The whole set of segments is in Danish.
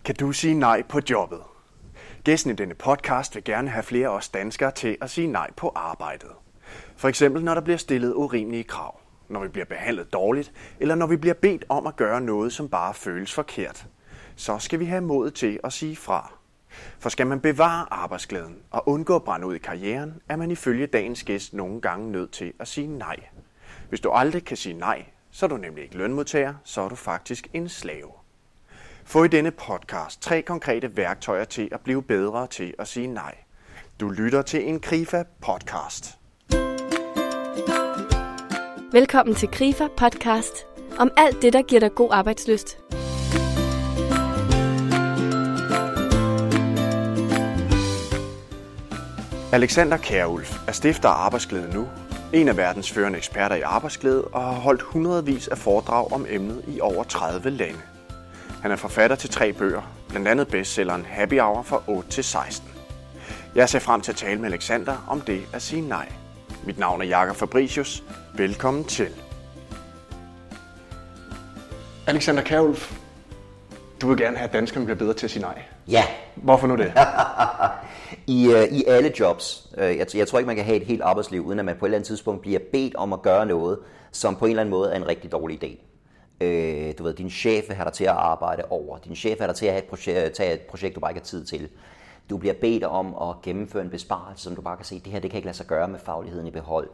Kan du sige nej på jobbet? Gæsten i denne podcast vil gerne have flere af os danskere til at sige nej på arbejdet. For eksempel når der bliver stillet urimelige krav, når vi bliver behandlet dårligt, eller når vi bliver bedt om at gøre noget, som bare føles forkert. Så skal vi have mod til at sige fra. For skal man bevare arbejdsglæden og undgå at brænde ud i karrieren, er man ifølge dagens gæst nogle gange nødt til at sige nej. Hvis du aldrig kan sige nej, så er du nemlig ikke lønmodtager, så er du faktisk en slave. Få i denne podcast 3 konkrete værktøjer til at blive bedre til at sige nej. Du lytter til en Krifa podcast. Velkommen til Krifa podcast om alt det, der giver dig god arbejdslyst. Alexander Kjærulf er stifter af Arbejdsglæde Nu, en af verdens førende eksperter i arbejdsglæde og har holdt hundredvis af foredrag om emnet i over 30 lande. Han er forfatter til 3 bøger, blandt andet bestselleren Happy Hour fra 8 til 16. Jeg ser frem til at tale med Alexander om det at sige nej. Mit navn er Jakob Fabricius. Velkommen til. Alexander Kjærulf, du vil gerne have, at danskerne bliver bedre til at sige nej. Ja. Hvorfor nu det? I alle jobs. Jeg tror ikke, man kan have et helt arbejdsliv, uden at man på et eller andet tidspunkt bliver bedt om at gøre noget, som på en eller anden måde er en rigtig dårlig idé. Du ved, din chef vil have dig til at arbejde over. Din chef vil have dig til at tage et projekt, du bare ikke har tid til. Du bliver bedt om at gennemføre en besparelse, som du bare kan se, det her det kan ikke lade sig gøre med fagligheden i behold.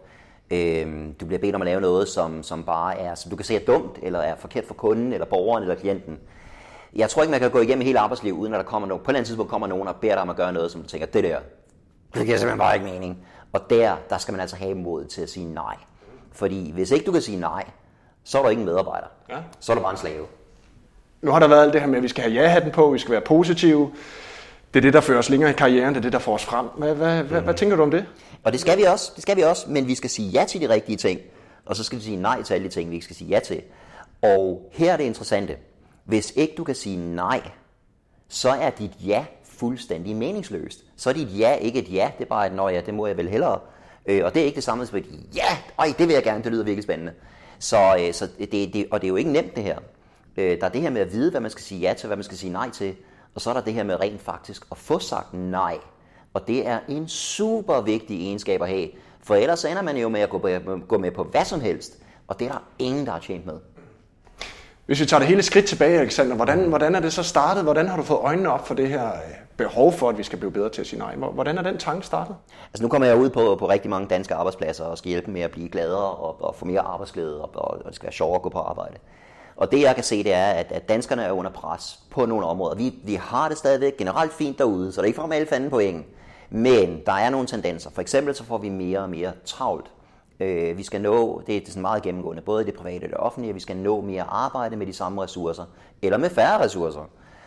Du bliver bedt om at lave noget, som bare er, som du kan se er dumt, eller er forkert for kunden, eller borgeren, eller klienten. Jeg tror ikke, man kan gå igennem hele arbejdslivet, uden at der kommer nogen. På et eller andet tidspunkt kommer nogen og beder dig om at gøre noget, som du tænker, det giver simpelthen bare ikke mening. Og der skal man altså have mod til at sige nej. Fordi hvis ikke du kan sige nej, så er du ikke en medarbejder. Ja. Så er du bare en slave. Nu har der været alt det her med, at vi skal have ja-hatten på, vi skal være positive. Det er det, der fører os længere i karrieren, det er det, der får os frem. Hvad tænker du om det? Og det skal vi også, men vi skal sige ja til de rigtige ting. Og så skal vi sige nej til alle de ting, vi ikke skal sige ja til. Og her er det interessante. Hvis ikke du kan sige nej, så er dit ja fuldstændig meningsløst. Så er dit ja ikke et ja, det er bare et nå ja, det må jeg vel hellere. Og det er ikke det samme som et ja, det vil jeg gerne, det lyder virkelig spændende. Så det er jo ikke nemt det her. Der er det her med at vide, hvad man skal sige ja til, hvad man skal sige nej til. Og så er der det her med rent faktisk at få sagt nej. Og det er en super vigtig egenskab at have. For ellers ender man jo med at gå med på hvad som helst. Og det er der ingen, der har tjent med. Hvis vi tager det hele skridt tilbage, Alexander, hvordan er det så startet? Hvordan har du fået øjnene op for det her behov for, at vi skal blive bedre til at sige nej? Hvordan er den tanke startet? Altså nu kommer jeg ud på rigtig mange danske arbejdspladser og skal hjælpe med at blive gladere og få mere arbejdsglæde, og det skal være sjovere at gå på arbejde. Og det jeg kan se, det er, at danskerne er under pres på nogle områder. Vi har det stadigvæk generelt fint derude, så det er ikke for at male fanden på engen. Men der er nogle tendenser. For eksempel så får vi mere og mere travlt. Vi skal nå, det er sådan meget gennemgående, både i det private og det offentlige, at vi skal nå mere arbejde med de samme ressourcer, eller med færre ressourcer.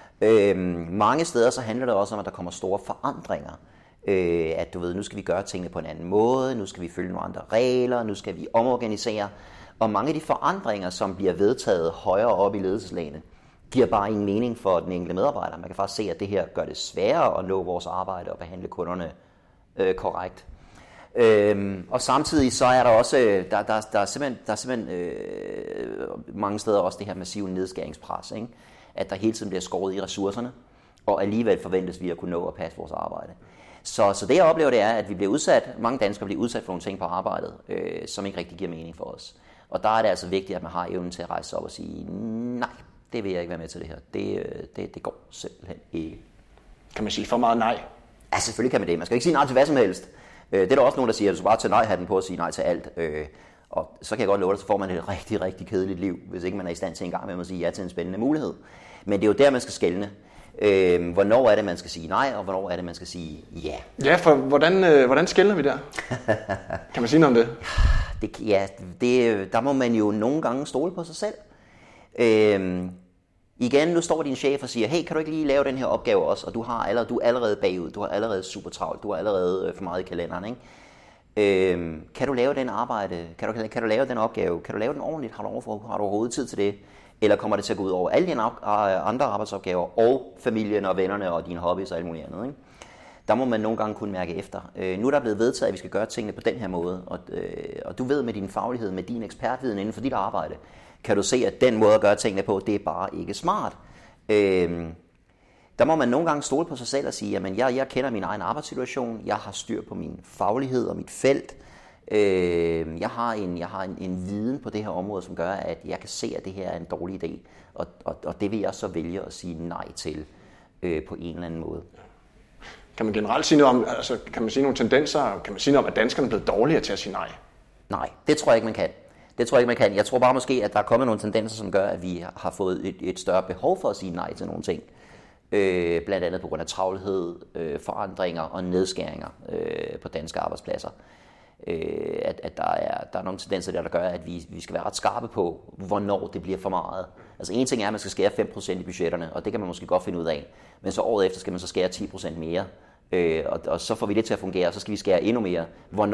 Mange steder så handler det også om, at der kommer store forandringer. At du ved, nu skal vi gøre tingene på en anden måde, nu skal vi følge nogle andre regler, nu skal vi omorganisere. Og mange af de forandringer, som bliver vedtaget højere op i ledelseslagene, giver bare ingen mening for den enkelte medarbejder. Man kan faktisk se, at det her gør det sværere at nå vores arbejde og behandle kunderne korrekt. Og samtidig så er der også, der er simpelthen mange steder også det her massive nedskæringspres, ikke? At der hele tiden bliver skåret i ressourcerne, og alligevel forventes vi at kunne nå at passe vores arbejde. Så det jeg oplever, det er, at vi bliver udsat, mange danskere bliver udsat for nogle ting på arbejdet, som ikke rigtig giver mening for os. Og der er det altså vigtigt, at man har evnen til at rejse sig op og sige, nej, det vil jeg ikke være med til det her. Det går simpelthen ikke. Kan man sige for meget nej? Ja, selvfølgelig kan man det. Man skal ikke sige nej til hvad som helst. Det er der også nogen, der siger, at du skal bare tage nej-hatten på og sige nej til alt. Og så kan jeg godt love dig, så får man et rigtig, rigtig kedeligt liv, hvis ikke man er i stand til en gang med at sige ja til en spændende mulighed. Men det er jo der, man skal skelne. Hvornår er det, man skal sige nej, og hvornår er det, man skal sige ja? Ja, for hvordan skelner vi der? Kan man sige noget om det? Der må man jo nogle gange stole på sig selv. Igen, nu står din chef og siger, hey, kan du ikke lige lave den her opgave også? Og du er allerede bagud, du har allerede super travlt, du har allerede for meget i kalenderen, ikke? Kan du lave den arbejde? Kan du lave den opgave? Kan du lave den ordentligt? Har du overhovedet tid til det? Eller kommer det til at gå ud over alle dine andre arbejdsopgaver, og familien og vennerne og dine hobbies og alt muligt andet, ikke? Der må man nogle gange kunne mærke efter. Nu er der blevet vedtaget, at vi skal gøre tingene på den her måde, og du ved med din faglighed, med din ekspertviden inden for dit arbejde, kan du se, at den måde at gøre tingene på, det er bare ikke smart. Der må man nogle gange stole på sig selv og sige, at jeg kender min egen arbejdssituation, jeg har styr på min faglighed og mit felt. Jeg har en viden på det her område, som gør, at jeg kan se, at det her er en dårlig idé. Og det vil jeg så vælge at sige nej til på en eller anden måde. Kan man generelt sige noget om, altså kan man sige nogle tendenser, kan man sige noget om, at danskerne er blevet dårligere til at sige nej? Nej, det tror jeg ikke, man kan. Jeg tror bare måske, at der er kommet nogle tendenser, som gør, at vi har fået et større behov for at sige nej til nogle ting. Blandt andet på grund af travlhed, forandringer og nedskæringer på danske arbejdspladser. At der er nogle tendenser der gør, at vi skal være ret skarpe på, hvornår det bliver for meget. Altså en ting er, at man skal skære 5% i budgetterne, og det kan man måske godt finde ud af. Men så året efter skal man så skære 10% mere. Og så får vi det til at fungere, og så skal vi skære endnu mere.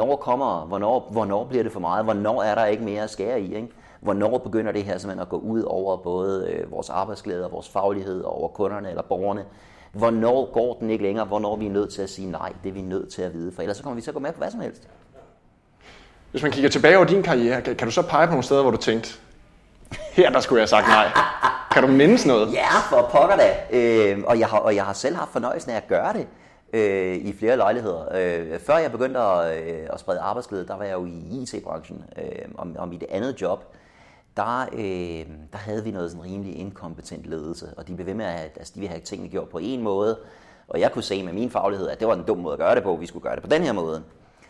Hvornår bliver det for meget? Hvornår er der ikke mere at skære i? Ikke? Hvornår begynder det her simpelthen at gå ud over både vores arbejdsglæde og vores faglighed, og over kunderne eller borgerne? Hvornår går den ikke længere? Hvornår er vi nødt til at sige nej? Det er vi nødt til at vide, for ellers så kommer vi til at gå med på hvad som helst. Hvis man kigger tilbage over din karriere, kan du så pege på nogle steder, hvor du tænkte, her der skulle jeg have sagt nej? Kan du mindes noget? Ja, for pokker da. Og jeg har selv haft fornøjelsen af at gøre det i flere lejligheder. Før jeg begyndte at sprede arbejdsglæde, der var jeg jo i IT-branchen. Og mit andet job, der havde vi noget sådan rimelig inkompetent ledelse. Og de blev ved med at de ville have tingene gjort på en måde. Og jeg kunne se med min faglighed, at det var en dum måde at gøre det på. Vi skulle gøre det på den her måde.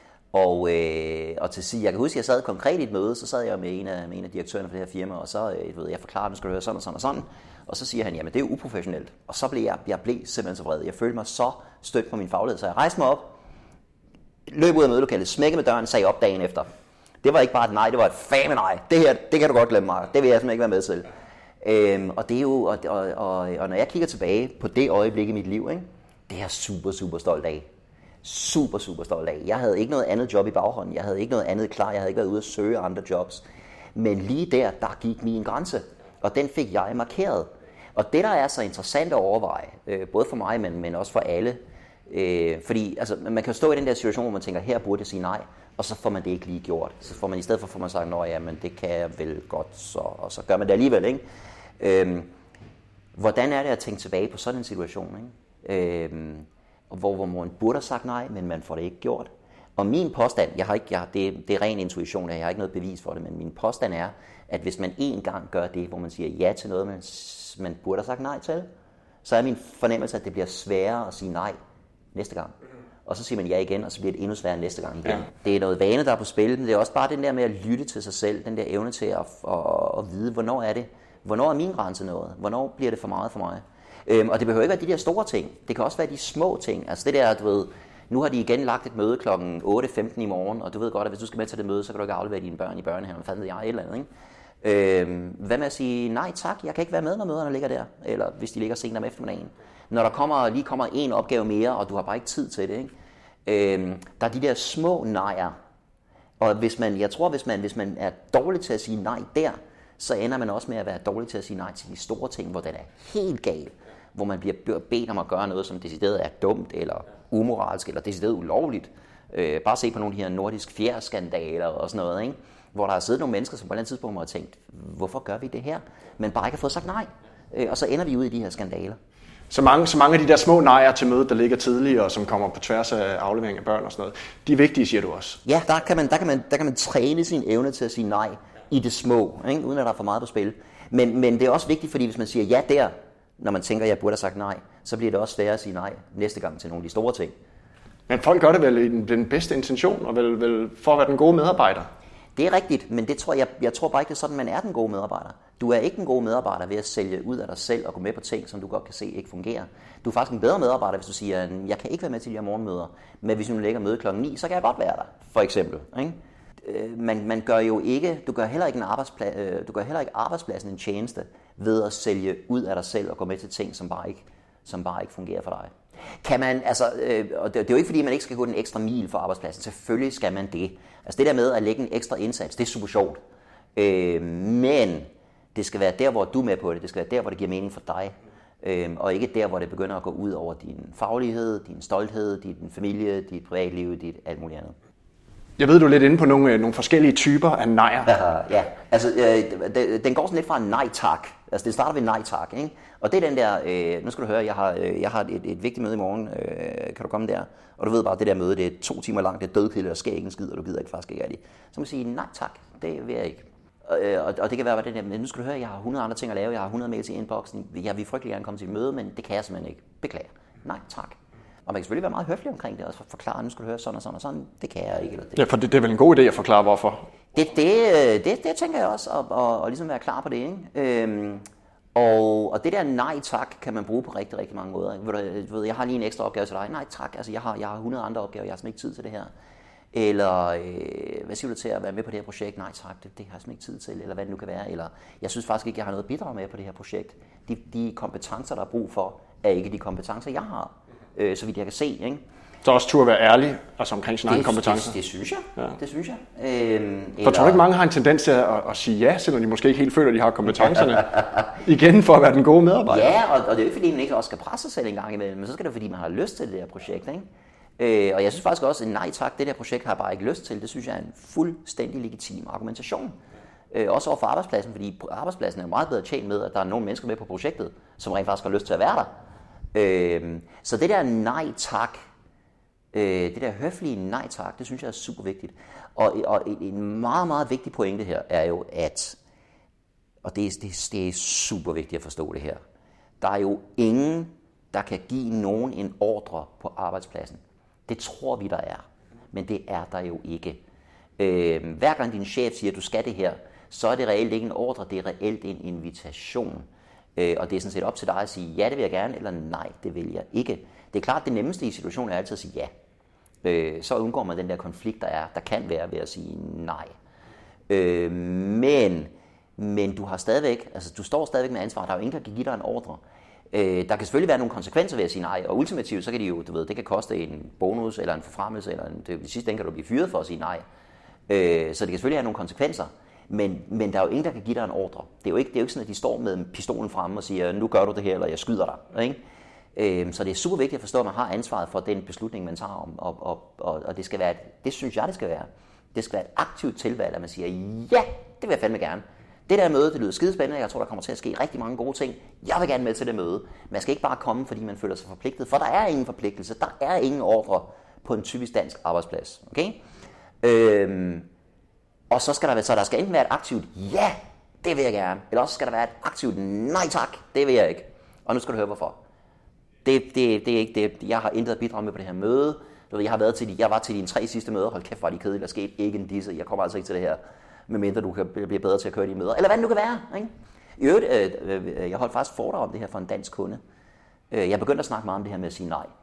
Og til sidst, jeg kan huske, at jeg sad konkret i et møde, så sad jeg med en af direktørerne for det her firma, og så jeg forklarede, nu skal du høre sådan og sådan og sådan. Og så siger han, jamen det er uprofessionelt. Og så blev jeg simpelthen så vred. Jeg følte mig så stødt på min faglighed, så jeg rejste mig op, løb ud af mødelokalet, smækkede med døren, sagde op dagen efter. Det var ikke bare et nej, det var et fame nej. Det her, det kan du godt glemme mig. Det vil jeg simpelthen ikke være med til. Og det er jo, og når jeg kigger tilbage på det øjeblik i mit liv, ikke, det er jeg super stolt af. Super stolt af. Jeg havde ikke noget andet job i baghånden. Jeg havde ikke noget andet klar. Jeg havde ikke været ude at søge andre jobs. Men lige der gik min grænse. Og den fik jeg markeret. Og det, der er så interessant at overveje, både for mig, men også for alle, fordi altså, man kan stå i den der situation, hvor man tænker, her burde jeg sige nej, og så får man det ikke lige gjort. Så får man i stedet for, man sagt, nå ja, men det kan jeg vel godt, og så gør man det alligevel, ikke? Hvordan er det at tænke tilbage på sådan en situation, ikke? Hvor man burde have sagt nej, men man får det ikke gjort. Og min påstand, det er ren intuition, jeg har ikke noget bevis for det, men min påstand er, at hvis man en gang gør det, hvor man siger ja til noget, man burde have sagt nej til, så er min fornemmelse, at det bliver sværere at sige nej næste gang. Og så siger man ja igen, og så bliver det endnu sværere næste gang igen. Ja. Det er noget vane, der er på spil, men det er også bare den der med at lytte til sig selv, den der evne til at vide, hvornår er det, hvornår er min grænse noget, hvornår bliver det for meget for mig. Og det behøver ikke være de der store ting, det kan også være de små ting, altså det der, du ved, nu har de igen lagt et møde kl. 8:15 i morgen, og du ved godt, at hvis du skal med til det møde, så kan du ikke aflevere dine børn i børnehaven, fandt jeg et eller andet, ikke? Hvad med at sige, nej tak, jeg kan ikke være med, når møderne ligger der, eller hvis de ligger senere om eftermiddagen. Når der lige kommer en opgave mere, og du har bare ikke tid til det, ikke? Der er de der små nejer, og hvis man er dårlig til at sige nej der, så ender man også med at være dårlig til at sige nej til de store ting, hvor den er helt gal, hvor man bliver bedt om at gøre noget, som decideret er dumt, eller umoralsk, eller decideret ulovligt. Bare se på nogle af de her nordisk fjerskandaler og sådan noget, ikke? Hvor der har siddet nogle mennesker, som på et eller andet tidspunkt har tænkt, hvorfor gør vi det her? Men bare ikke har fået sagt nej. Og så ender vi ud i de her skandaler. Så mange af de der små nejer til mødet, der ligger tidligt, og som kommer på tværs af aflevering af børn og sådan noget, de er vigtige, siger du også? Ja, der kan man træne sin evne til at sige nej i det små, ikke? Uden at der er for meget på spil. Men det er også vigtigt, fordi hvis man siger ja der, når man tænker, at jeg burde have sagt nej, så bliver det også sværere at sige nej næste gang til nogle af de store ting. Men folk gør det vel i den bedste intention, og vel for at være den gode medarbejder? Det er rigtigt, men jeg tror bare ikke, det er sådan, man er den gode medarbejder. Du er ikke en god medarbejder ved at sælge ud af dig selv og gå med på ting, som du godt kan se ikke fungerer. Du er faktisk en bedre medarbejder, hvis du siger, jeg kan ikke være med til de her morgenmøder, men hvis du lægger møde kl. 9, så kan jeg godt være der, for eksempel. Ikke? Man gør jo ikke, du gør heller ikke arbejdspladsen en tjeneste ved at sælge ud af dig selv og gå med til ting, som bare ikke fungerer for dig. Kan man, altså, og det er jo ikke fordi, man ikke skal gå den ekstra mil for arbejdspladsen. Selvfølgelig skal man det. Altså det der med at lægge en ekstra indsats, det er super sjovt. Men det skal være der, hvor du er med på det. Det skal være der, hvor det giver mening for dig. Og ikke der, hvor det begynder at gå ud over din faglighed, din stolthed, din familie, dit privatliv, dit alt muligt andet. Jeg ved, du er lidt inde på nogle forskellige typer af nejer. Ja, altså den går sådan lidt fra en nej tak Altså det starter ved nej tak, ikke? Og det er den der, nu skal du høre, jeg har et vigtigt møde i morgen, kan du komme der? Og du ved bare, det der møde, det er 2 timer langt, det er dødkedeligt, og sker ikke en skid, og du gider ikke faktisk ikke rigtig. Så må man sige, nej tak, det vil jeg ikke. Og det kan være det der, men nu skal du høre, jeg har 100 andre ting at lave, jeg har 100 mails i inboxen, jeg vil frygtelig gerne komme til et møde, men det kan jeg simpelthen ikke. Beklager. Nej tak. Og man kan selvfølgelig være meget høflig omkring det, og forklare, nu skal du høre sådan og sådan og sådan, det kan jeg ikke. Eller det. Ja, for det er vel en god idé at forklare, hvorfor? Det tænker jeg også, og ligesom være klar på det, ikke? Og det der nej tak, kan man bruge på rigtig, rigtig mange måder. Du ved, jeg har lige en ekstra opgave til dig. Nej tak, altså jeg har 100 andre opgaver, jeg har simpelthen ikke tid til det her. Eller hvad siger du til at være med på det her projekt? Nej tak, det har jeg simpelthen ikke tid til, eller hvad det nu kan være. Eller jeg synes faktisk ikke, jeg har noget at bidrage med på det her projekt. De kompetencer, der er brug for, er ikke de kompetencer, jeg har, så vidt jeg kan se, ikke? Så også turde være ærlig altså omkring sine egne kompetencer. Det synes jeg. Ja. Det synes jeg. For tror du ikke, mange har en tendens til at sige ja, selvom de måske ikke helt føler, at de har kompetencerne igen for at være den gode medarbejder? Ja, og det er jo ikke, fordi man ikke også skal presse sig selv en gang imellem, men så skal det fordi man har lyst til det der projekt, ikke? Og jeg synes faktisk også, at nej tak, det der projekt har jeg bare ikke lyst til. Det synes jeg er en fuldstændig legitim argumentation. Også over for arbejdspladsen, fordi arbejdspladsen er meget bedre tjent med, at der er nogle mennesker med på projektet, som rent faktisk har lyst til at være der. Så det der nej tak, det der høflige nej tak, det synes jeg er super vigtigt. Og en meget, meget vigtig pointe her er jo, at, og det er super vigtigt at forstå det her, der er jo ingen, der kan give nogen en ordre på arbejdspladsen. Det tror vi, der er, men det er der jo ikke. Hver gang din chef siger, at du skal det her, så er det reelt ikke en ordre, det er reelt en invitation. Og det er sådan set op til dig at sige, ja, det vil jeg gerne, eller nej, det vil jeg ikke. Det er klart, at det nemmeste i situationen er altid at sige ja. Så undgår man den der konflikt, der kan være ved at sige nej. Men du har stadigvæk, altså du står stadigvæk med ansvar, der er jo ingen, der kan give dig en ordre. Der kan selvfølgelig være nogle konsekvenser ved at sige nej, og ultimativt så kan de jo, du ved, det kan koste en bonus eller en forfremmelse, eller i sidste ende kan du blive fyret for at sige nej. Så det kan selvfølgelig have nogle konsekvenser, men der er jo ingen, der kan give dig en ordre. Det er jo ikke sådan, at de står med pistolen fremme og siger, nu gør du det her, eller jeg skyder dig, ikke? Så det er super vigtigt at forstå, at man har ansvaret for den beslutning, man tager om, og det skal være, det synes jeg, det skal være. Det skal være et aktivt tilvalg, at man siger, ja, det vil jeg fandme gerne. Det der møde, det lyder skidespændende, jeg tror, der kommer til at ske rigtig mange gode ting. Jeg vil gerne med til det møde. Man skal ikke bare komme, fordi man føler sig forpligtet, for der er ingen forpligtelse, der er ingen ordre på en typisk dansk arbejdsplads. Okay? Og så skal der skal enten være et aktivt, ja, det vil jeg gerne, eller også skal der være et aktivt, nej tak, det vil jeg ikke. Og nu skal du høre, hvorfor. Det er ikke det. Jeg har intet at bidrage med på det her møde. Jeg var til dine 3 sidste møder. Hold kæft, var de kedelige. Der skete ikke en disse. Jeg kommer altså ikke til det her, medmindre du kan blive bedre til at køre de møder. Eller hvad det nu kan være. Ikke? I øvrigt, jeg holdt faktisk foredrag om det her for en dansk kunde. Jeg begyndte at snakke meget om det her med at sige nej.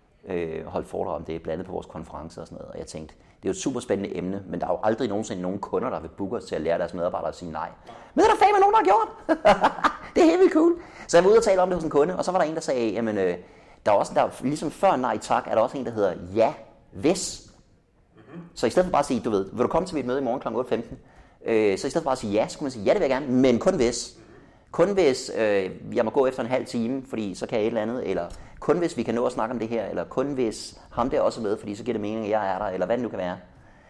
Holdt foredrag om det blandet på vores konferencer og sådan noget. Og jeg tænkte, det er jo et super spændende emne, men der er jo aldrig nogensinde nogen kunder, der vil booke os til at lære deres medarbejdere at sige nej. Men det er der fandme nogen, der har gjort. Det er helt vildt cool. Så jeg var ude og tale om det hos en kunde, og så var der en, der sagde, jamen, der er også, ligesom før nej tak, er der også en, der hedder ja, hvis. Så i stedet for bare at sige, du ved, vil du komme til mit møde i morgen kl. 8.15? Så i stedet for bare at sige ja, så kunne man sige, ja, det vil jeg gerne, men kun hvis. Kun hvis jeg må gå efter en halv time, fordi så kan jeg et eller andet, eller kun hvis vi kan nå at snakke om det her, eller kun hvis ham der også er med, fordi så giver det mening, at jeg er der, eller hvad det nu kan være.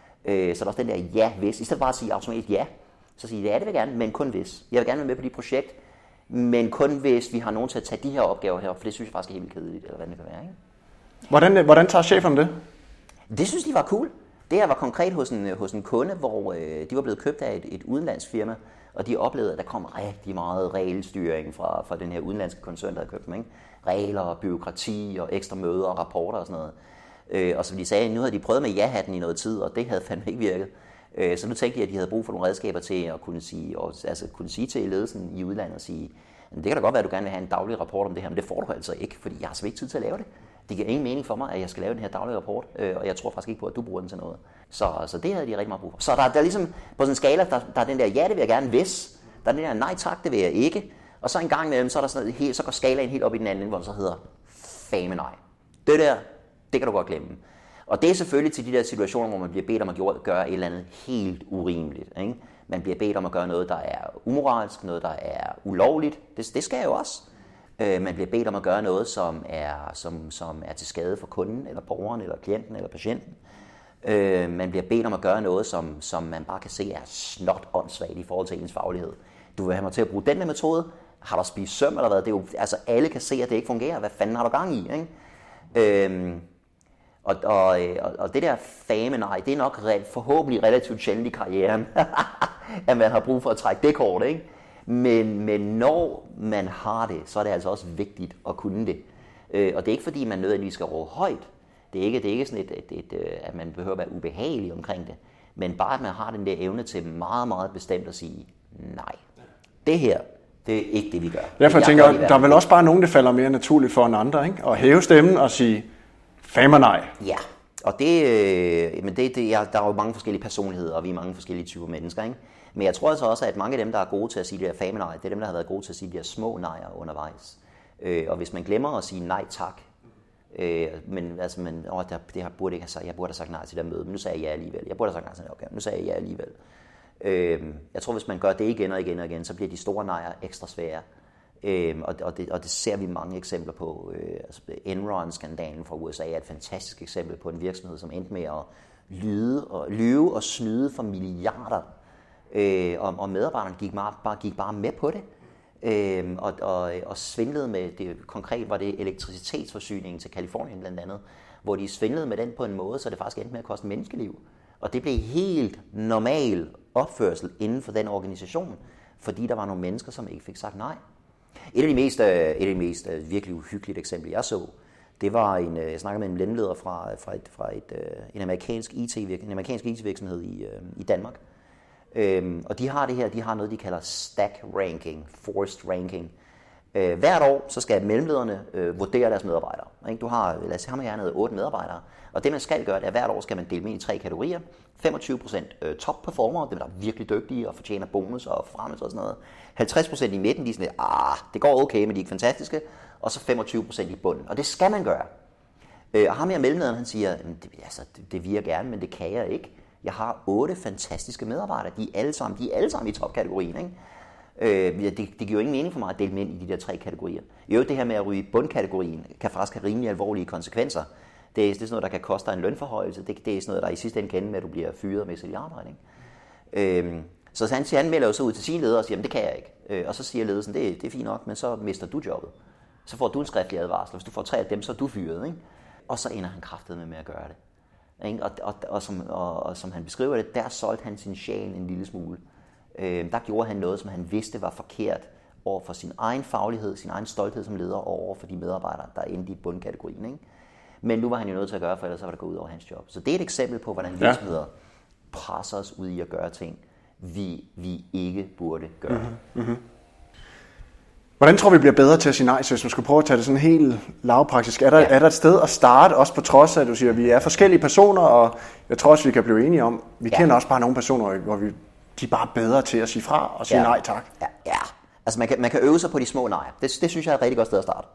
Så er der også den der ja, hvis. I stedet for bare at sige automatisk ja, så sige ja, det vil jeg gerne, men kun hvis. Jeg vil gerne være med på dit projekt, men kun hvis vi har nogen til at tage de her opgaver her, for det synes jeg faktisk er helt kedeligt, eller hvad det kan være. Ikke? Hvordan tager cheferne det? Det synes de var cool. Det her var konkret hos en kunde, hvor de var blevet købt af et udenlandsk firma, og de oplevede, at der kom rigtig meget regelstyring fra den her udenlandske koncern, der havde købt dem. Ikke? Regler, byråkrati og ekstra møder og rapporter og sådan noget. Og som de sagde, nu havde de prøvet med ja-hatten i noget tid, og det havde fandme ikke virket. Så nu tænkte de, at de havde brug for nogle redskaber til at kunne sige til ledelsen i udlandet og sige, det kan da godt være, at du gerne vil have en daglig rapport om det her, men det får du altså ikke, fordi jeg har så ikke tid til at lave det. Det giver ingen mening for mig, at jeg skal lave den her daglige rapport, og jeg tror faktisk ikke på, at du bruger den til noget. Så det havde de rigtig meget brug for. Så der er ligesom på sådan en skala, der er den der, ja, det vil jeg gerne, hvis. Der er den der, nej tak, det vil jeg ikke. Og så en gang imellem, så er der sådan noget, så går skalaen helt op i den anden, hvor det så hedder, fame nej. Det der, det kan du godt glemme. Og det er selvfølgelig til de der situationer, hvor man bliver bedt om at gøre et eller andet helt urimeligt. Ikke? Man bliver bedt om at gøre noget, der er umoralsk, noget, der er ulovligt. Det skal jeg jo også. Man bliver bedt om at gøre noget, som er til skade for kunden, eller borgeren, eller klienten, eller patienten. Man bliver bedt om at gøre noget, som man bare kan se er snot åndssvagt i forhold til ens faglighed. Du vil have mig til at bruge den her metode? har du spist søm eller hvad? Det er jo, altså alle kan se, at det ikke fungerer. Hvad fanden har du gang i, ikke? Og det der fame nej, det er nok forhåbentlig relativt sjældent i karrieren, at man har brug for at trække det kort, ikke? Men når man har det, så er det altså også vigtigt at kunne det. Og det er ikke fordi, man nødvendigvis skal råbe højt. Det er ikke sådan at man behøver at være ubehagelig omkring det. Men bare at man har den der evne til meget, meget bestemt at sige, nej, det her, det er ikke det, vi gør. Derfor tænker jeg, der er vel også bare nogen, der falder mere naturligt for end andre, ikke? At hæve stemmen og sige, fame nej. Ja, og der er jo mange forskellige personligheder, og vi er mange forskellige typer mennesker, ikke? Men jeg tror altså også, at mange af dem, der er gode til at sige det her fame nej, det er dem, der har været gode til at sige de her små nejer undervejs. Og hvis man glemmer at sige nej tak, det burde ikke have sagt, jeg burde have sagt nej til det møde, men nu sagde jeg ja alligevel. Jeg burde have sagt nej til det opgave, nu sagde jeg ja alligevel. Jeg tror, hvis man gør det igen og igen og igen, så bliver de store nejer ekstra svære. Og det ser vi mange eksempler på. Enron-skandalen fra USA er et fantastisk eksempel på en virksomhed, som endte med at lyve og snyde for milliarder. Og medarbejderne gik bare med på det. Og svindlede med det. Konkret var det elektricitetsforsyningen til Californien blandt andet, hvor de svindlede med den på en måde, så det faktisk endte med at koste menneskeliv. Og det blev helt normal opførsel inden for den organisation, fordi der var nogle mennesker, som ikke fik sagt nej. Et af de mest virkelig uhyggelige eksempler, jeg så, det var jeg snakkede med en mellemleder fra en amerikansk IT-virksomhed i Danmark. Og de har det her, de har noget, de kalder stack ranking, forced ranking. Hvert år, så skal mellemlederne vurdere deres medarbejdere. Du har, lad os sige, gerne 8 medarbejdere, og det man skal gøre, det er, hvert år skal man dele dem ind i 3 kategorier. 25% top performer, dem der er virkelig dygtige og fortjener bonus og fremmelse og sådan noget. 50% i midten, de er sådan lidt, det går okay, men de er ikke fantastiske. Og så 25% i bunden, og det skal man gøre. Og ham her mellemlederen, han siger, det vil jeg gerne, men det kan jeg ikke. Jeg har 8 fantastiske medarbejdere, de er alle sammen i topkategorien, ikke? Det giver jo ingen mening for mig at dele dem ind i de der 3 kategorier. Jo, det her med at ryge i bundkategorien kan faktisk have rimelig alvorlige konsekvenser. Det er sådan noget, der kan koste dig en lønforhøjelse. Det er sådan noget, der i sidste ende kan ende med, at du bliver fyret med sit arbejde, ikke? Så han melder jo så ud til sine ledere og siger, det kan jeg ikke. Og så siger ledelsen, det er fint nok, men så mister du jobbet. Så får du en skriftlig advarsel. Hvis du får 3 af dem, så er du fyret, ikke? Og så ender han kraftedeme med at gøre det. Og som han beskriver det, der solgte han sin sjæl en lille smule. Der gjorde han noget, som han vidste var forkert over for sin egen faglighed, sin egen stolthed som leder og over for de medarbejdere, der endte i bundkategorien, ikke? Men nu var han jo nødt til at gøre, for ellers så var det gået ud over hans job. Så det er et eksempel på, hvordan virksomheder presser os ud i at gøre ting, vi ikke burde gøre. Mm-hmm. Hvordan tror vi bliver bedre til at sige nej, så hvis man skulle prøve at tage det sådan helt lavpraktisk? Er der et sted at starte, også på trods af, at du siger, at vi er forskellige personer, og jeg tror også, vi kan blive enige om, vi kender også bare nogle personer, hvor de er bare bedre til at sige fra og sige nej tak. Ja. Altså man kan øve sig på de små nejer. Det synes jeg er et rigtig godt sted at starte.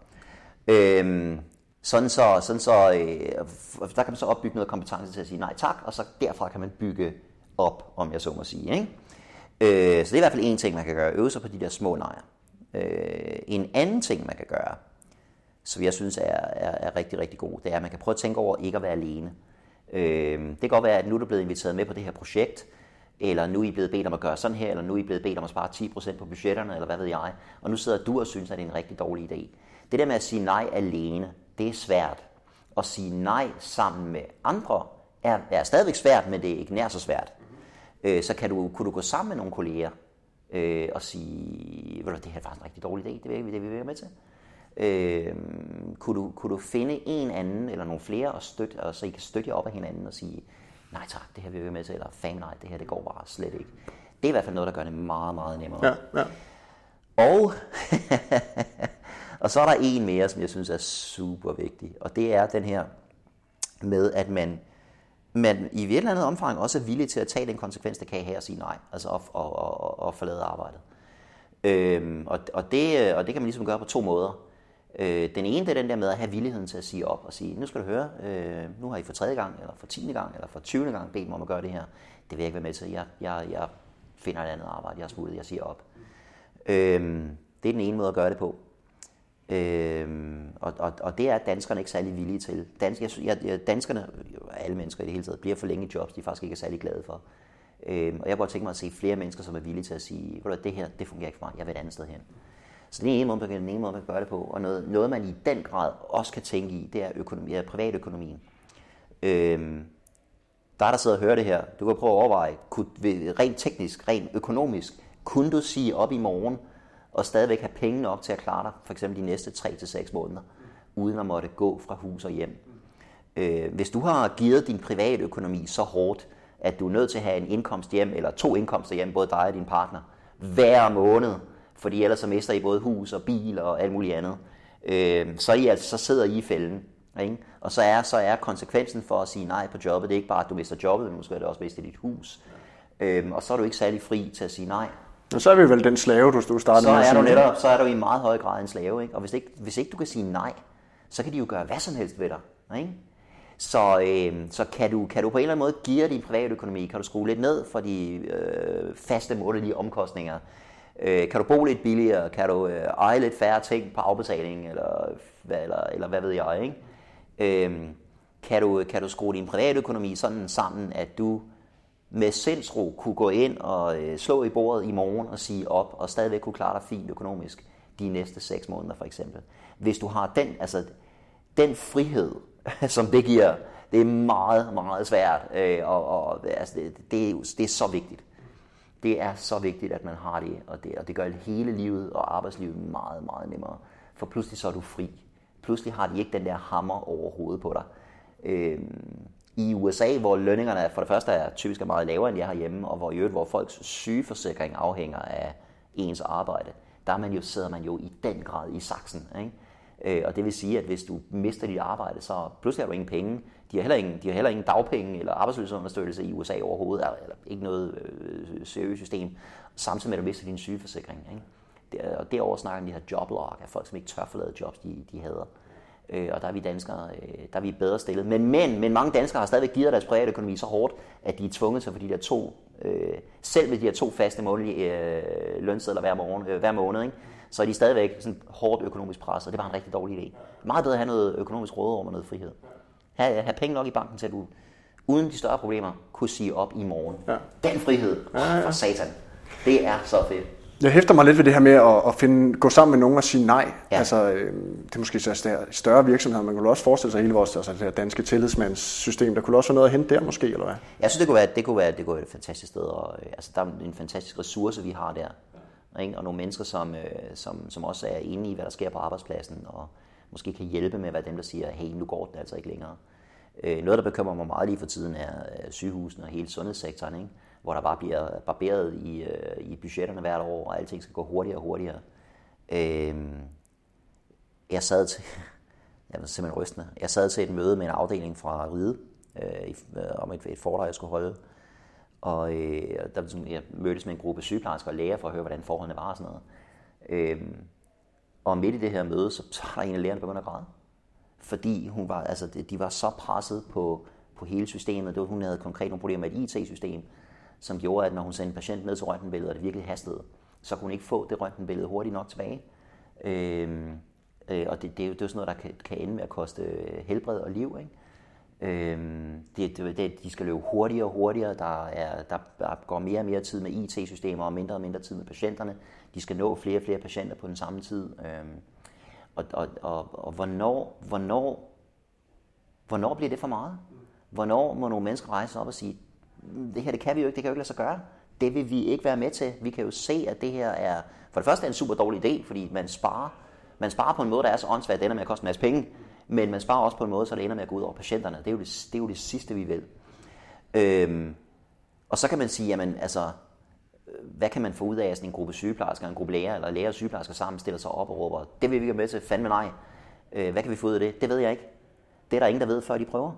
Der kan man så opbygge noget kompetence til at sige nej tak, og så derfra kan man bygge op, om jeg så må sige, ikke? Så det er i hvert fald en ting, man kan gøre, øve sig på de der små nejer. En anden ting, man kan gøre, som jeg synes er rigtig, rigtig god, det er, at man kan prøve at tænke over ikke at være alene. Det kan godt være, at nu er du blevet inviteret med på det her projekt, eller nu er I blevet bedt om at gøre sådan her, eller nu er I blevet bedt om at spare 10% på budgetterne, eller hvad ved jeg, og nu sidder du og synes, at det er en rigtig dårlig idé. Det der med at sige nej alene, det er svært. At sige nej sammen med andre er stadigvæk svært, men det er ikke nær så svært. Så kunne du gå sammen med nogle kolleger og sige, det her er faktisk en rigtig dårlig idé, det vil vi være med til. Kunne du finde en anden eller nogle flere og så I kan støtte jer op af hinanden og sige, nej tak, det her vil vi være med til, eller fame nej, det her det går bare slet ikke. Det er i hvert fald noget, der gør det meget, meget nemmere. Ja. Og så er der en mere, som jeg synes er super vigtig, og det er den her med, at man i et eller andet omfang også er villig til at tage den konsekvens, det kan have at sige nej, altså at forlade arbejdet. Og det kan man ligesom gøre på 2 måder. Den ene, det er den der med at have villigheden til at sige op og sige, nu skal du høre, nu har I for 3. gang, eller for 10. gang, eller for 20. gang bedt mig om at gøre det her. Det vil jeg ikke være med til. Jeg finder et andet arbejde, jeg er smuttet, jeg siger op. Det er den ene måde at gøre det på. Og det er danskerne ikke særlig villige til. Danskerne, alle mennesker i det hele taget, bliver for længe i jobs, de faktisk ikke er særlig glade for. Og jeg kunne godt tænke mig at se flere mennesker, som er villige til at sige, det her, det fungerer ikke for mig, jeg vil et andet sted hen. Så det er den ene måde, man kan gøre det på. Og noget man i den grad også kan tænke i, det er privatøkonomien. Der sidder og hører det her. Du kan prøve at overveje, rent teknisk, rent økonomisk, kunne du sige op i morgen, og stadigvæk have penge nok til at klare dig, for eksempel de næste 3-6 måneder, uden at måtte gå fra hus og hjem. Hvis du har givet din private økonomi så hårdt, at du er nødt til at have en indkomst hjem, eller 2 indkomster hjem, både dig og din partner, hver måned, fordi ellers så mister I både hus og bil og alt muligt andet, så sidder I i fælden. Ikke? Og så er konsekvensen for at sige nej på jobbet, det er ikke bare, at du mister jobbet, men måske er det også miste dit hus. Og så er du ikke særlig fri til at sige nej. Og så er vi vel den slave, du startede med. Så er du i meget høj grad en slave. Ikke? Og hvis ikke du kan sige nej, så kan de jo gøre hvad som helst ved dig. Ikke? Så kan du på en eller anden måde geare din private økonomi, kan du skrue lidt ned for de faste månedlige omkostninger. Kan du bo lidt billigere, kan du eje lidt færre ting på afbetaling, eller hvad ved jeg, ikke? Kan du skrue din private økonomi sådan sammen, at du med sindsro kunne gå ind og slå i bordet i morgen og sige op, og stadigvæk kunne klare dig fint økonomisk de næste 6 måneder for eksempel. Hvis du har den frihed, som det giver, det er meget, meget svært, det er så vigtigt. Det er så vigtigt, at man har det, og det gør hele livet og arbejdslivet meget, meget nemmere. For pludselig så er du fri. Pludselig har de ikke den der hammer over hovedet på dig. I USA, hvor lønningerne for det første er typisk meget lavere, end de er herhjemme, og hvor folks sygeforsikring afhænger af ens arbejde, der sidder man jo i den grad i saksen. Ikke? Og det vil sige, at hvis du mister dit arbejde, så pludselig har du ingen penge. De har heller ingen dagpenge eller arbejdsløshedsunderstøttelse i USA overhovedet, eller ikke noget seriøst system, samtidig med at du mister din sygeforsikring. Ikke? Og derover snakker de her joblock af folk, som ikke tør forlade jobs, de hader. Og der er vi danskere, der er vi bedre stillet. Men mange danskere har stadigvæk givet deres private økonomi så hårdt, at de er tvunget til for de der 2, selv med de her 2 faste månedlige lønsedler hver måned, ikke? Så er de stadigvæk sådan hårdt økonomisk presset, og det var en rigtig dårlig idé. Meget bedre at have noget økonomisk råderum og noget frihed. Have penge nok i banken til, at du uden de større problemer kunne sige op i morgen. Ja. Den frihed, for satan, det er så fedt. Jeg hæfter mig lidt ved det her med at gå sammen med nogen og sige nej. Ja. Altså, det er måske så større virksomheder. Man kunne også forestille sig hele vores det her danske tillidsmandssystem. Der kunne også være noget at hente der måske, eller hvad? Jeg synes, det kunne være et fantastisk sted. Og, der er en fantastisk ressource, vi har der. Ikke? Og nogle mennesker, som også er inde i, hvad der sker på arbejdspladsen, og måske kan hjælpe med, hvad dem, der siger, hey, nu går det altså ikke længere. Noget, der bekymrer mig meget lige for tiden, er sygehusene og hele sundhedssektoren, ikke? Hvor der bare bliver barberet i budgetterne hvert år, og alting skal gå hurtigere og hurtigere. Jeg var simpelthen rystende. Jeg sad til et møde med en afdeling fra Ride, om et foredrag, jeg skulle holde. Og jeg mødtes med en gruppe sygeplejersker og læger for at høre, hvordan forholdene var og sådan noget. Og midt i det her møde, så er der en af lægerne, der begynder at græde. Fordi de var så presset på hele systemet. Hun havde konkret nogle problemer med et IT-system, som gjorde, at når hun sendte en patient ned til røntgenbilledet, og det virkelig hastede, så kunne hun ikke få det røntgenbillede hurtigt nok tilbage. Og det er jo sådan noget, der kan ende med at koste helbred og liv, ikke? De skal løbe hurtigere og hurtigere. Der går mere og mere tid med IT-systemer og mindre tid med patienterne. De skal nå flere og flere patienter på den samme tid. Og hvornår bliver det for meget? Hvornår må nogle mennesker rejse op og sige, det her det kan vi jo ikke, det kan jo ikke lade sig gøre. Det vil vi ikke være med til. Vi kan jo se, at det her er for det første en super dårlig idé, fordi man sparer på en måde, der er så åndssvagt, at det ender med at koste en masse penge, men man sparer også på en måde, så det ender med at gå ud over patienterne. Det er jo det sidste, vi vil. Og så kan man sige, jamen altså, hvad kan man få ud af, at sådan en gruppe sygeplejersker, en gruppe læger, eller læger og sygeplejersker sammen stiller sig op og råber, det vil vi ikke være med til, fandme nej. Hvad kan vi få ud af det? Det ved jeg ikke. Det er der ingen, der ved, før de prøver.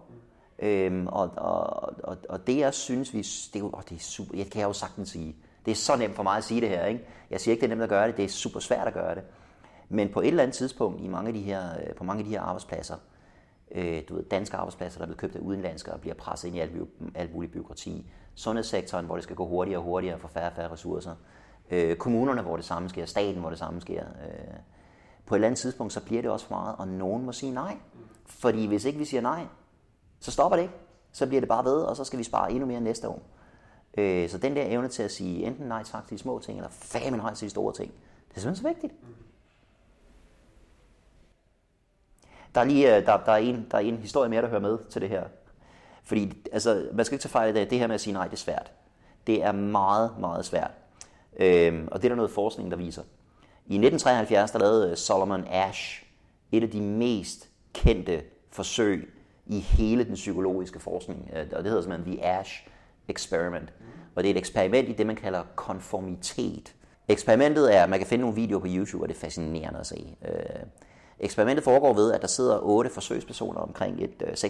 Og det jeg synes, det er super, det kan jeg jo sagtens sige. Det er så nemt for mig at sige det her, ikke? Jeg siger ikke, det er nemt at gøre det, det er super svært at gøre det. Men på et eller andet tidspunkt på mange af de her arbejdspladser, danske arbejdspladser, der er blevet købt af udenlandske og bliver presset ind i alt muligt bureaukrati. Sundhedssektoren, hvor det skal gå hurtigere og hurtigere for færre og færre ressourcer. Kommunerne, hvor det samme sker. Staten, hvor det samme sker. På et eller andet tidspunkt, så bliver det også for meget, og nogen må sige nej. Fordi hvis ikke vi siger nej, så stopper det ikke. Så bliver det bare ved, og så skal vi spare endnu mere næste år. Så den der evne til at sige enten nej tak til de små ting, eller fandme nej til de store ting, det er simpelthen så vigtigt. Der er en historie mere, der hører med til det her. Fordi altså, man skal ikke tage fejl af det her med at sige nej, det er svært. Det er meget, meget svært. Og det er der noget forskning, der viser. I 1973, der lavede Solomon Asch et af de mest kendte forsøg i hele den psykologiske forskning. Og det hedder simpelthen The Asch Experiment. Og det er et eksperiment i det, man kalder konformitet. Eksperimentet er, man kan finde nogle videoer på YouTube, og det er fascinerende at se. Eksperimentet foregår ved, at der sidder 6 eller 8 forsøgspersoner omkring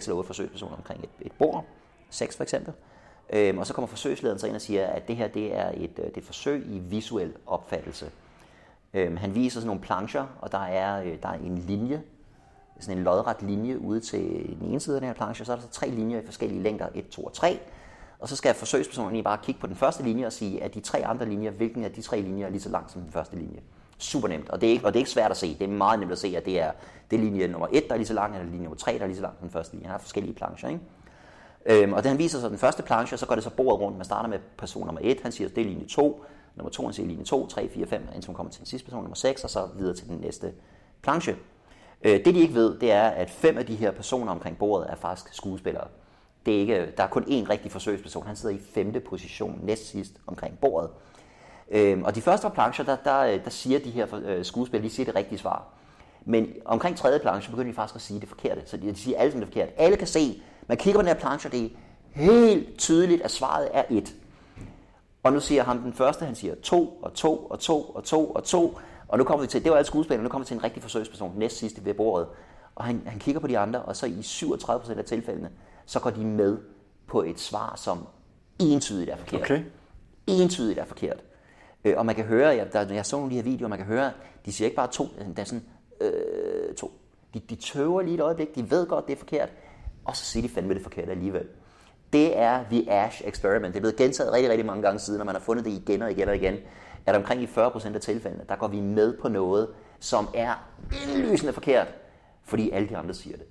et bord, 6 for eksempel. Og så kommer forsøgslederen så ind og siger, at det her det er et forsøg i visuel opfattelse. Han viser sådan nogle plancher, og der er en linje, sådan en lodret linje ude til den ene side af den her planche, og så er der så 3 linjer i forskellige længder, 1, 2 og 3. Og så skal forsøgspersonen bare kigge på den første linje og sige, at de 3 andre linjer, hvilken af de 3 linjer er lige så lang som den første linje. Super nemt, og det er ikke svært at se. Det er meget nemt at se, at det er linje nummer 1, der er lige så lang, eller linje nummer 3, der er lige så lang som den første linje. Han har forskellige plancher, ikke? Og da han viser så den første planche, så går det så bordet rundt. Man starter med person nummer 1, han siger, at det er linje 2. Nummer 2, han siger linje 2, 3, 4, 5, indtil man kommer til den sidste person, nummer 6, og så videre til den næste planche. Det de ikke ved, det er, at 5 af de her personer omkring bordet er faktisk skuespillere. Det er ikke, der er kun én rigtig forsøgsperson. Han sidder i 5. position, næst sidst omkring bordet. Og de første plancher, der siger de her skuespillere, de siger det rigtige svar. Men omkring 3. planche begynder de faktisk at sige det forkerte. Så de siger alle sammen det forkerte. Alle kan se, man kigger på den her planche, og det er helt tydeligt, at svaret er 1. Og nu siger ham den første, han siger 2 og 2 og 2 og 2 og 2. Og nu kommer vi til, det var alle skuespillere, nu kommer vi til en rigtig forsøgsperson, næst sidste ved bordet. Og han kigger på de andre, og så i 37% af tilfældene, så går de med på et svar, som entydigt er forkert. Okay. Entydigt er forkert. Og man kan høre, når jeg så nogle af de her videoer, man kan høre, de siger ikke bare 2, der er sådan 2. De tøver lige et øjeblik, de ved godt, det er forkert, og så siger de fandme det forkert alligevel. Det er The Asch Experiment. Det er blevet gentaget rigtig, rigtig mange gange siden, og man har fundet det igen og igen og igen, at omkring i 40% af tilfældene, der går vi med på noget, som er indlysende forkert, fordi alle de andre siger det.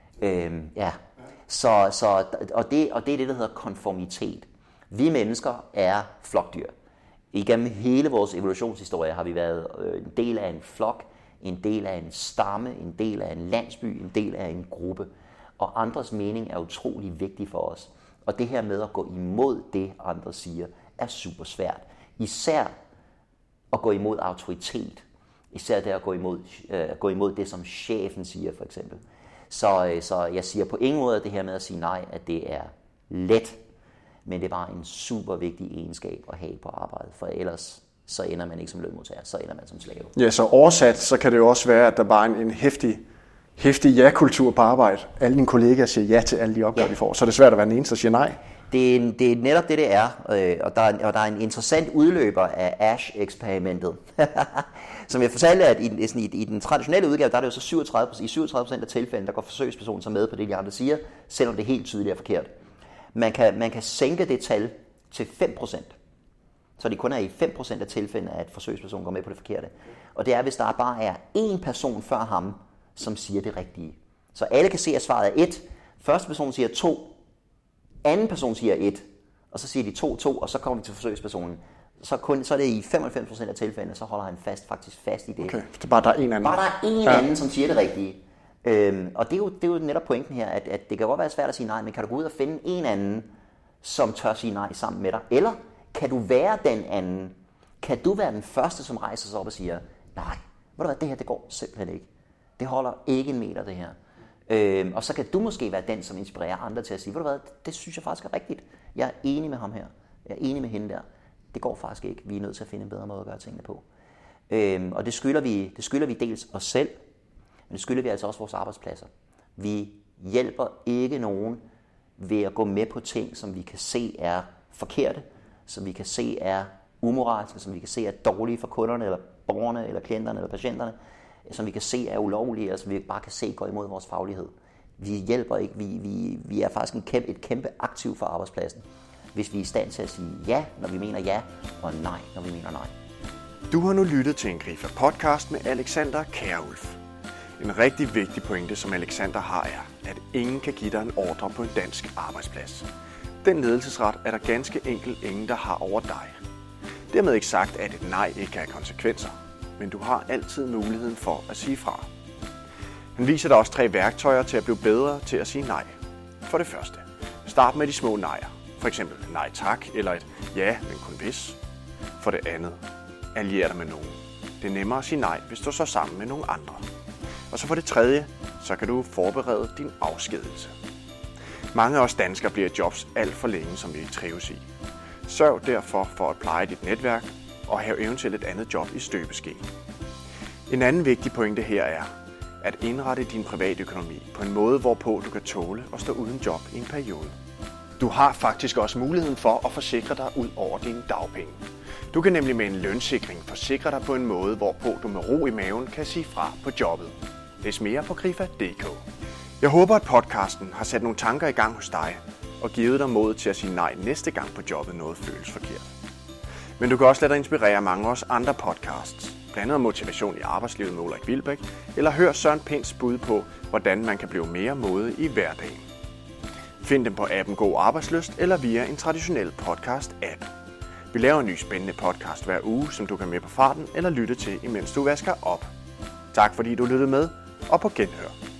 Og det er det, der hedder konformitet. Vi mennesker er flokdyr. Igennem hele vores evolutionshistorie har vi været en del af en flok, en del af en stamme, en del af en landsby, en del af en gruppe. Og andres mening er utrolig vigtig for os. Og det her med at gå imod det, andre siger, er super svært. Især at gå imod autoritet. Især det at gå imod det, som chefen siger, for eksempel. Så jeg siger på ingen måde det her med at sige nej, at det er let. Men det er bare en super vigtig egenskab at have på arbejdet. For ellers så ender man ikke som lønmodtager, så ender man som slave. Ja, så oversat, så kan det jo også være, at der bare er en hæftig ja-kultur på arbejde. Alle dine kollegaer siger ja til alle de opgaver, de får. Så er det svært at være den eneste, der siger nej. Det er netop det er. Og der er en interessant udløber af Asch-eksperimentet. Som jeg fortalte, at i den traditionelle udgave, der er det jo så 37% af tilfældene, der går forsøgspersonen så med på det, de andre siger, selvom det helt tydeligt er forkert. Man kan sænke det tal til 5%. Så det kun er i 5% af tilfældene, at forsøgspersonen går med på det forkerte. Og det er, hvis der bare er én person før ham, som siger det rigtige. Så alle kan se, at svaret er 1. Første person siger 2. Anden person siger 1. Og så siger de 2, og så kommer vi til forsøgspersonen. Så er det i 95% af tilfældene, så holder han faktisk fast i det. Okay, det er bare der er en anden. Bare der er en anden, som siger det rigtige. Og det er jo netop pointen her, at det kan godt være svært at sige nej, men kan du gå ud og finde en anden, som tør sige nej sammen med dig? Eller kan du være den anden? Kan du være den første, som rejser sig op og siger, nej, ved du hvad, det her det går simpelthen ikke. Det holder ikke en meter, det her. Og så kan du måske være den, som inspirerer andre til at sige, ved du hvad, det synes jeg faktisk er rigtigt. Jeg er enig med ham her. Jeg er enig med hende der. Det går faktisk ikke. Vi er nødt til at finde en bedre måde at gøre tingene på. Og det skylder vi dels os selv, men det skylder vi altså også vores arbejdspladser. Vi hjælper ikke nogen ved at gå med på ting, som vi kan se er forkerte, som vi kan se er umoralske, som vi kan se er dårlige for kunderne, eller borgerne, eller klienterne, eller patienterne, som vi kan se er ulovlige, og som vi bare kan se går imod vores faglighed. Vi hjælper ikke. Vi er faktisk et kæmpe aktiv for arbejdspladsen, hvis vi er i stand til at sige ja, når vi mener ja, og nej, når vi mener nej. Du har nu lyttet til en Grifa podcast med Alexander Kjærulf. En rigtig vigtig pointe, som Alexander har, er, at ingen kan give dig en ordre på en dansk arbejdsplads. Den ledelsesret er der ganske enkelt ingen, der har over dig. Dermed ikke sagt, at et nej ikke kan have konsekvenser, men du har altid muligheden for at sige fra. Han viser dig også 3 værktøjer til at blive bedre til at sige nej. For det første, start med de små nejer. For eksempel nej tak eller et ja, men kun hvis. For det andet, allier dig med nogen. Det er nemmere at sige nej, hvis du står sammen med nogle andre. Og så for det tredje, så kan du forberede din afskedelse. Mange af os danskere bliver i jobs alt for længe, som vi ikke trives i. Sørg derfor for at pleje dit netværk og have eventuelt et andet job i støbeskeen. En anden vigtig pointe her er at indrette din privatøkonomi på en måde, hvorpå du kan tåle at stå uden job i en periode. Du har faktisk også muligheden for at forsikre dig ud over dine dagpenge. Du kan nemlig med en lønsikring forsikre dig på en måde, hvorpå du med ro i maven kan sige fra på jobbet. Læs mere på Krifa.dk. Jeg håber, at podcasten har sat nogle tanker i gang hos dig og givet dig mod til at sige nej næste gang på jobbet noget føles forkert. Men du kan også lade dig inspirere af mange af os andre podcasts, blandt andet Motivation i arbejdslivet med Ulrik Wilbæk, eller hør Søren Pinds bud på, hvordan man kan blive mere modig i hverdagen. Find dem på appen God Arbejdslyst eller via en traditionel podcast-app. Vi laver en ny spændende podcast hver uge, som du kan med på farten eller lytte til, imens du vasker op. Tak fordi du lyttede med, og på genhør.